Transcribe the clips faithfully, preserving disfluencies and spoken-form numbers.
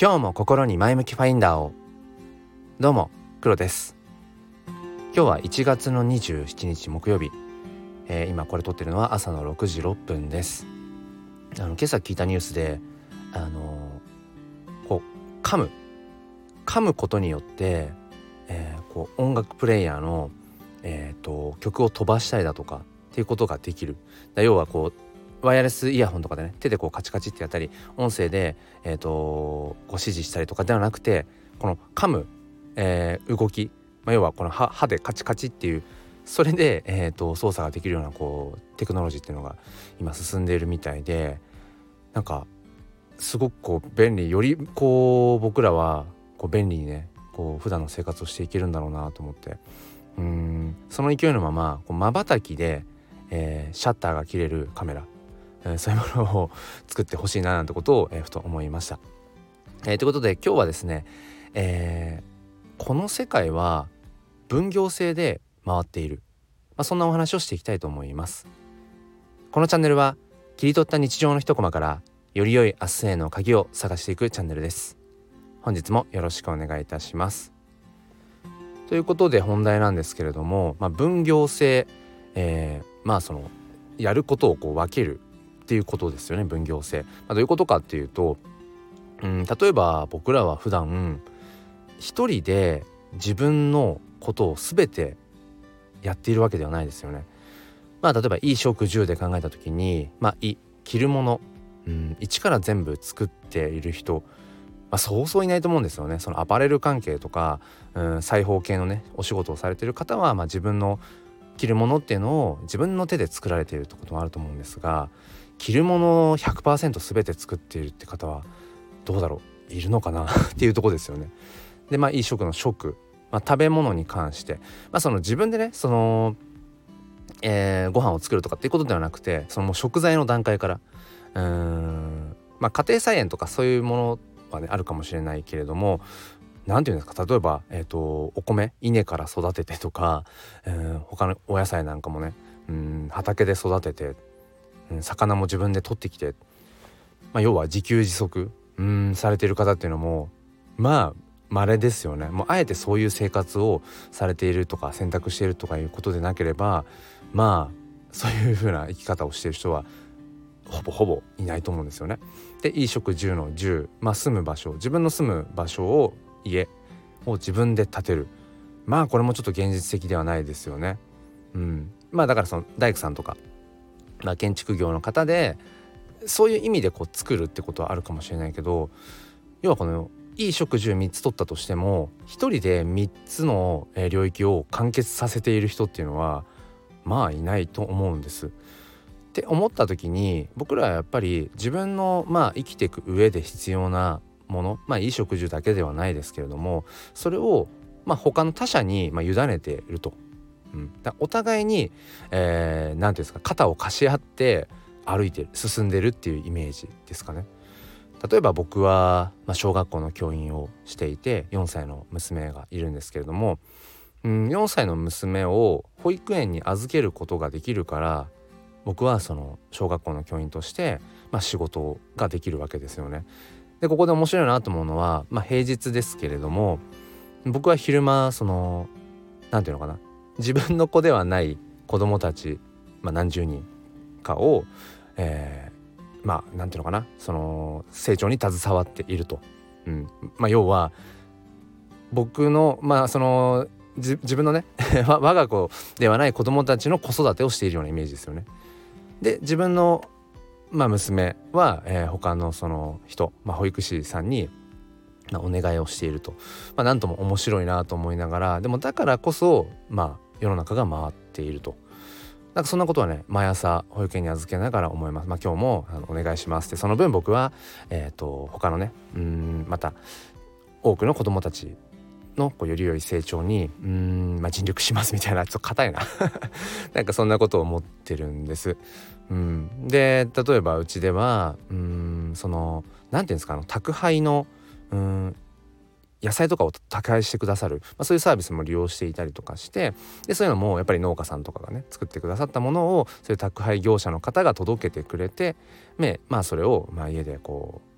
今日も心に前向きファインダーを。どうも黒です。今日はいちがつのにじゅうしちにち木曜日、えー、今これ撮ってるのは朝のろくじろっぷんです。あの今朝聞いたニュースであのー、こう噛む噛むことによって、えー、こう音楽プレイヤーの、えー、と曲を飛ばしたりだとかっていうことができる。だ要はこうワイヤレスイヤホンとかでね手でこうカチカチってやったり音声で、えー、とこう指示したりとかではなくて、この噛む、えー、動き、まあ、要はこの 歯, 歯でカチカチっていうそれで、えー、と操作ができるようなこうテクノロジーっていうのが今進んでいるみたいで、なんかすごくこう便利、よりこう僕らはこう便利にねこう普段の生活をしていけるんだろうなと思って、うーんその勢いのまままばたきで、えー、シャッターが切れるカメラ、えー、そういうものを作ってほしいななんてことを、えー、ふと思いました。えー、ということで今日はですね、えー、この世界は分業制で回っている、まあ、そんなお話をしていきたいと思います。このチャンネルは切り取った日常の一コマからより良い明日への鍵を探していくチャンネルです。本日もよろしくお願いいたします。ということで本題なんですけれども、まあ、分業制、えー、まあそのやることをこう分けるっていうことですよね。分業制、まあ、どういうことかっていうと、うん、例えば僕らは普段一人で自分のことを全てやっているわけではないですよね。まあ例えば衣食住で考えた時に、まあい着るもの、うん、一から全部作っている人、まあ、そうそういないと思うんですよね。そのアパレル関係とか、うん、裁縫系のねお仕事をされている方は、まあ、自分の着るものっていうのを自分の手で作られているってこともあると思うんですが、着るものを ひゃくパーセント 全て作っているって方はどうだろう、いるのかなっていうところですよね。でまあ衣食の食、まあ、食べ物に関して、まあ、その自分でねその、えー、ご飯を作るとかっていうことではなくて、そのもう食材の段階からうーん、まあ、家庭菜園とかそういうものはねあるかもしれないけれども、なんていうんですか、例えば、えーと、お米稲から育ててとか、えー、他のお野菜なんかもね、うん、畑で育てて、うん、魚も自分で取ってきて、まあ、要は自給自足うんされている方っていうのもまあ稀ですよね。もうあえてそういう生活をされているとか選択しているとかいうことでなければ、まあそういう風な生き方をしている人はほぼほぼいないと思うんですよね。で衣食住の住、まあ、住む場所、自分の住む場所を家を自分で建てる、まあこれもちょっと現実的ではないですよね。うん、まあだからその大工さんとか、まあ、建築業の方でそういう意味でこう作るってことはあるかもしれないけど、要はこの衣食住みっつ取ったとしても一人でみっつの領域を完結させている人っていうのはまあいないと思うんですって思った時に、僕らはやっぱり自分のまあ生きていく上で必要なもの、まあ衣食住だけではないですけれども、それをまあ他の他者にまあ委ねていると、うん、だお互いに、えー、なんていうんですか、肩を貸し合って歩いて進んでるっていうイメージですかね。例えば僕は、まあ、小学校の教員をしていてよんさいの娘がいるんですけれども、うん、よんさいの娘を保育園に預けることができるから僕はその小学校の教員として、まあ、仕事ができるわけですよね。でここで面白いなと思うのは、まあ、平日ですけれども僕は昼間そのなんていうのかな、自分の子ではない子供たち、まあ、何十人かを、えーまあなんていうのかな、その成長に携わっていると、うん、まあ要は僕のまあその自分のね我が子ではない子供たちの子育てをしているようなイメージですよね。で自分のまあ娘は、えー、他のその人、まあ、保育士さんにお願いをしていると、まあなんとも面白いなと思いながら、でもだからこそまあ世の中が回っていると。なんかそんなことはね毎朝保育園に預けながら思います。まあ今日もあのお願いしますって、その分僕はえっと他のねうーんまた多くの子どもたちのこうより良い成長にうーん、まあ、尽力しますみたいな、ちょっと硬いななんかそんなことを思ってるんです。うん、で例えばうちではうーんそのなんていうんですか、あの宅配のうーん野菜とかを宅配してくださる、まあ、そういうサービスも利用していたりとかして、でそういうのもやっぱり農家さんとかがね作ってくださったものをそういう宅配業者の方が届けてくれて、ね、まあそれをまあ家でこう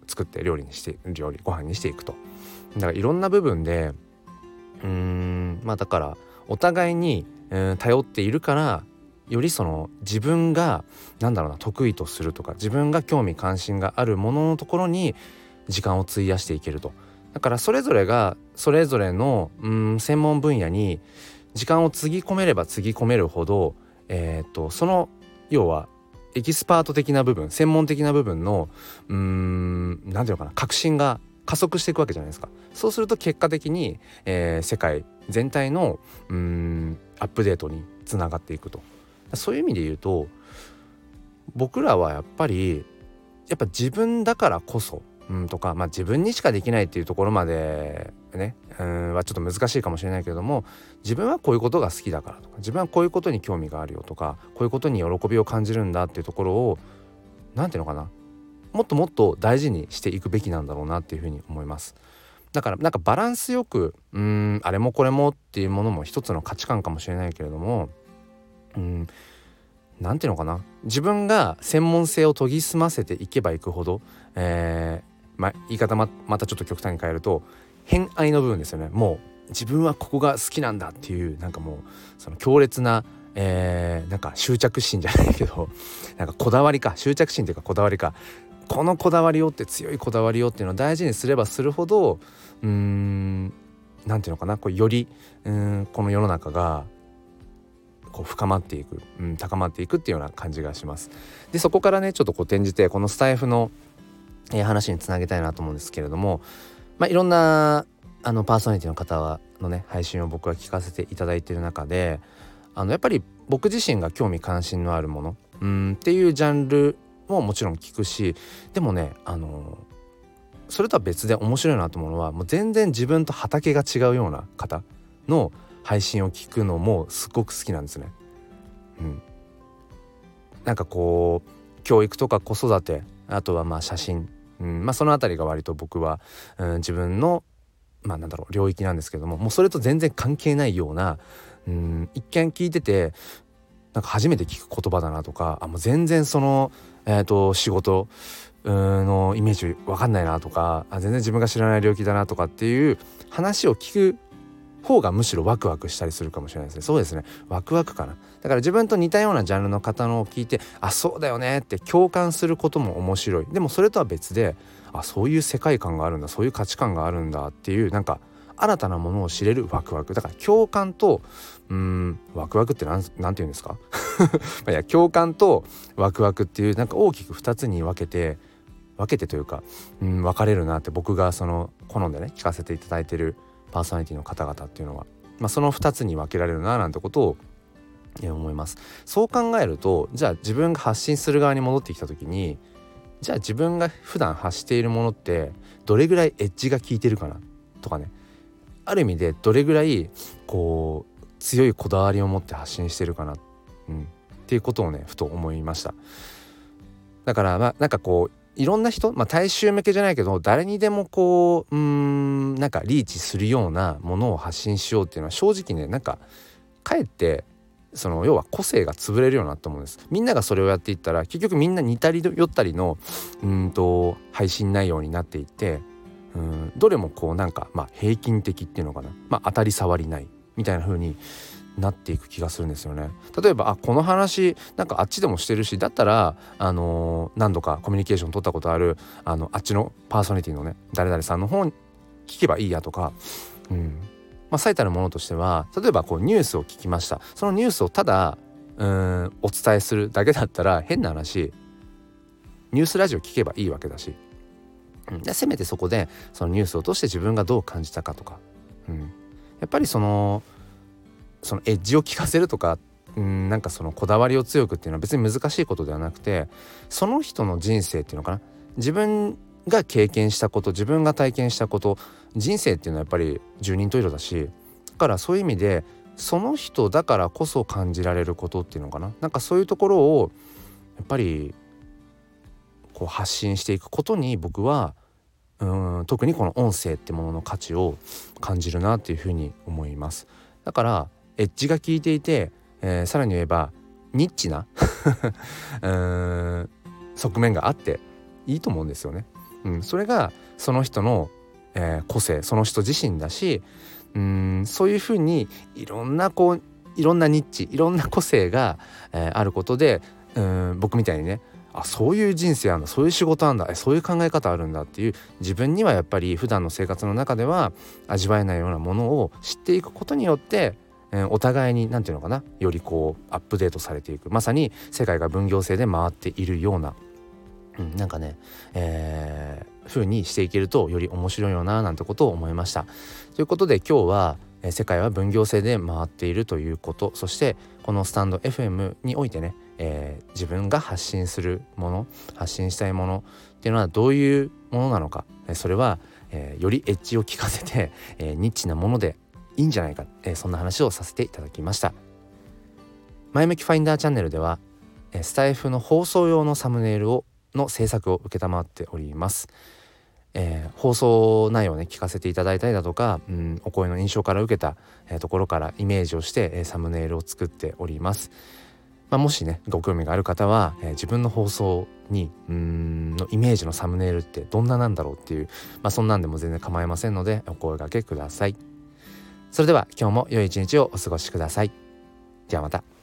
作って料理にして料理ご飯にしていくと。だからいろんな部分でうーんまあだからお互いに、えー、頼っているからよりその自分がなんだろうな得意とするとか自分が興味関心があるもののところに時間を費やしていけると。だからそれぞれがそれぞれのうん専門分野に時間をつぎ込めればつぎ込めるほど、えー、とその要はエキスパート的な部分専門的な部分のうーんなんていうのかな革新が加速していくわけじゃないですか。そうすると結果的に、えー、世界全体のうーんアップデートにつながっていくと。そういう意味で言うと僕らはやっぱりやっぱ自分だからこそ、うん、とか、まあ、自分にしかできないっていうところまでねうんはちょっと難しいかもしれないけれども自分はこういうことが好きだからとか自分はこういうことに興味があるよとかこういうことに喜びを感じるんだっていうところをなんていうのかなもっともっと大事にしていくべきなんだろうなっていうふうに思います。だからなんかバランスよくうーんあれもこれもっていうものも一つの価値観かもしれないけれどもうんなんていうのかな自分が専門性を研ぎ澄ませていけばいくほど、えーま、言い方 ま, またちょっと極端に変えると偏愛の部分ですよね。もう自分はここが好きなんだっていうなんかもうその強烈な、えー、なんか執着心じゃないけどなんかこだわりか執着心というかこだわりかこのこだわりをって強いこだわりをっていうのを大事にすればするほどうーんなんていうのかなこうよりうーんこの世の中がこう深まっていく、うん、高まっていくっていうような感じがします。でそこからねちょっとこう転じてこのスタイフの、えー、話につなげたいなと思うんですけれども、まあ、いろんなあのパーソナリティの方のね配信を僕は聞かせていただいている中であのやっぱり僕自身が興味関心のあるものうんっていうジャンルももちろん聞くしでもねあのそれとは別で面白いなと思うのはもう全然自分と畑が違うような方の配信を聞くのもすごく好きなんですね。うん、なんかこう教育とか子育てあとはまあ写真、うんまあ、そのあたりが割と僕は、うん、自分のまあなんだろう領域なんですけどももうそれと全然関係ないような、うん、一見聞いててなんか初めて聞く言葉だなとかあもう全然その、えーと仕事のイメージわかんないなとかあ全然自分が知らない領域だなとかっていう話を聞く方がむしろワクワクしたりするかもしれないですね。そうですねワクワクかな。だから自分と似たようなジャンルの方のを聞いてあそうだよねって共感することも面白い。でもそれとは別であそういう世界観があるんだそういう価値観があるんだっていうなんか新たなものを知れるワクワクだから共感とうーんワクワクってなんなんて言うんですかいや共感とワクワクっていうなんか大きくふたつに分けて分けてというか、うん、分かれるなって僕がその好んでね聞かせていただいてるパーソナリティの方々っていうのは、まあ、そのふたつに分けられるななんてことを思います。そう考えるとじゃあ自分が発信する側に戻ってきた時にじゃあ自分が普段発しているものってどれぐらいエッジが効いてるかなとかねある意味でどれぐらいこう強いこだわりを持って発信してるかな、うん、っていうことをねふと思いました。だからまあなんかこういろんな人、まあ、大衆向けじゃないけど誰にでもこううーんなんかリーチするようなものを発信しようっていうのは正直ねなんかかえってその要は個性が潰れるようになと思うんです。みんながそれをやっていったら結局みんな似たり寄ったりのうんと配信内容になっていってうんどれもこうなんかまあ平均的っていうのかなまあ当たり障りないみたいな風になっていく気がするんですよね。例えばあこの話なんかあっちでもしてるしだったら、あのー、何度かコミュニケーション取ったことあるあのあっちのパーソナリティのね誰々さんの方に聞けばいいやとか、うんまあ、最たるものとしては例えばこうニュースを聞きました。そのニュースをただうーんお伝えするだけだったら変な話ニュースラジオ聞けばいいわけだし、うん、でせめてそこでそのニュースを通して自分がどう感じたかとか、うん、やっぱりそのそのエッジを効かせるとかうんなんかそのこだわりを強くっていうのは別に難しいことではなくてその人の人生っていうのかな自分が経験したこと自分が体験したこと人生っていうのはやっぱり十人十色だしだからそういう意味でその人だからこそ感じられることっていうのかななんかそういうところをやっぱりこう発信していくことに僕はうん特にこの音声ってものの価値を感じるなっていうふうに思います。だからエッジが効いていて、えー、さらに言えばニッチなうーん側面があっていいと思うんですよね。 うん、それがその人の、えー個性、その人自身だし、うーんそういうふうにいろんなこういろんなニッチ、いろんな個性が、えーあることで、うーん僕みたいにね、あそういう人生あんだ、そういう仕事あんだ、えそういう考え方あるんだっていう、自分にはやっぱり普段の生活の中では味わえないようなものを知っていくことによって、えーお互いに何て言うのかな、よりこうアップデートされていく、まさに世界が分業制で回っているような、うん、なんかね、えー、風にしていけるとより面白いよななんてことを思いました。ということで今日は、えー世界は分業制で回っているということ、そしてこのスタンド エフエム においてね、えー自分が発信するもの、発信したいものっていうのはどういうものなのか、えーそれは、えーよりエッジを効かせて、えーニッチなものでいいんじゃないか、えーそんな話をさせていただきました。前向きファインダーチャンネルでは、えースタイフの放送用のサムネイルをの制作を承っております。えー放送内容をね聞かせていただいたりだとか、うん、お声の印象から受けた、えーところからイメージをして、えーサムネイルを作っております。まあ、もしねご興味がある方は、えー自分の放送にうーんのイメージのサムネイルってどんななんだろうっていう、まあ、そんなんでも全然構いませんのでお声掛けください。それでは今日も良い一日をお過ごしください。ではまた。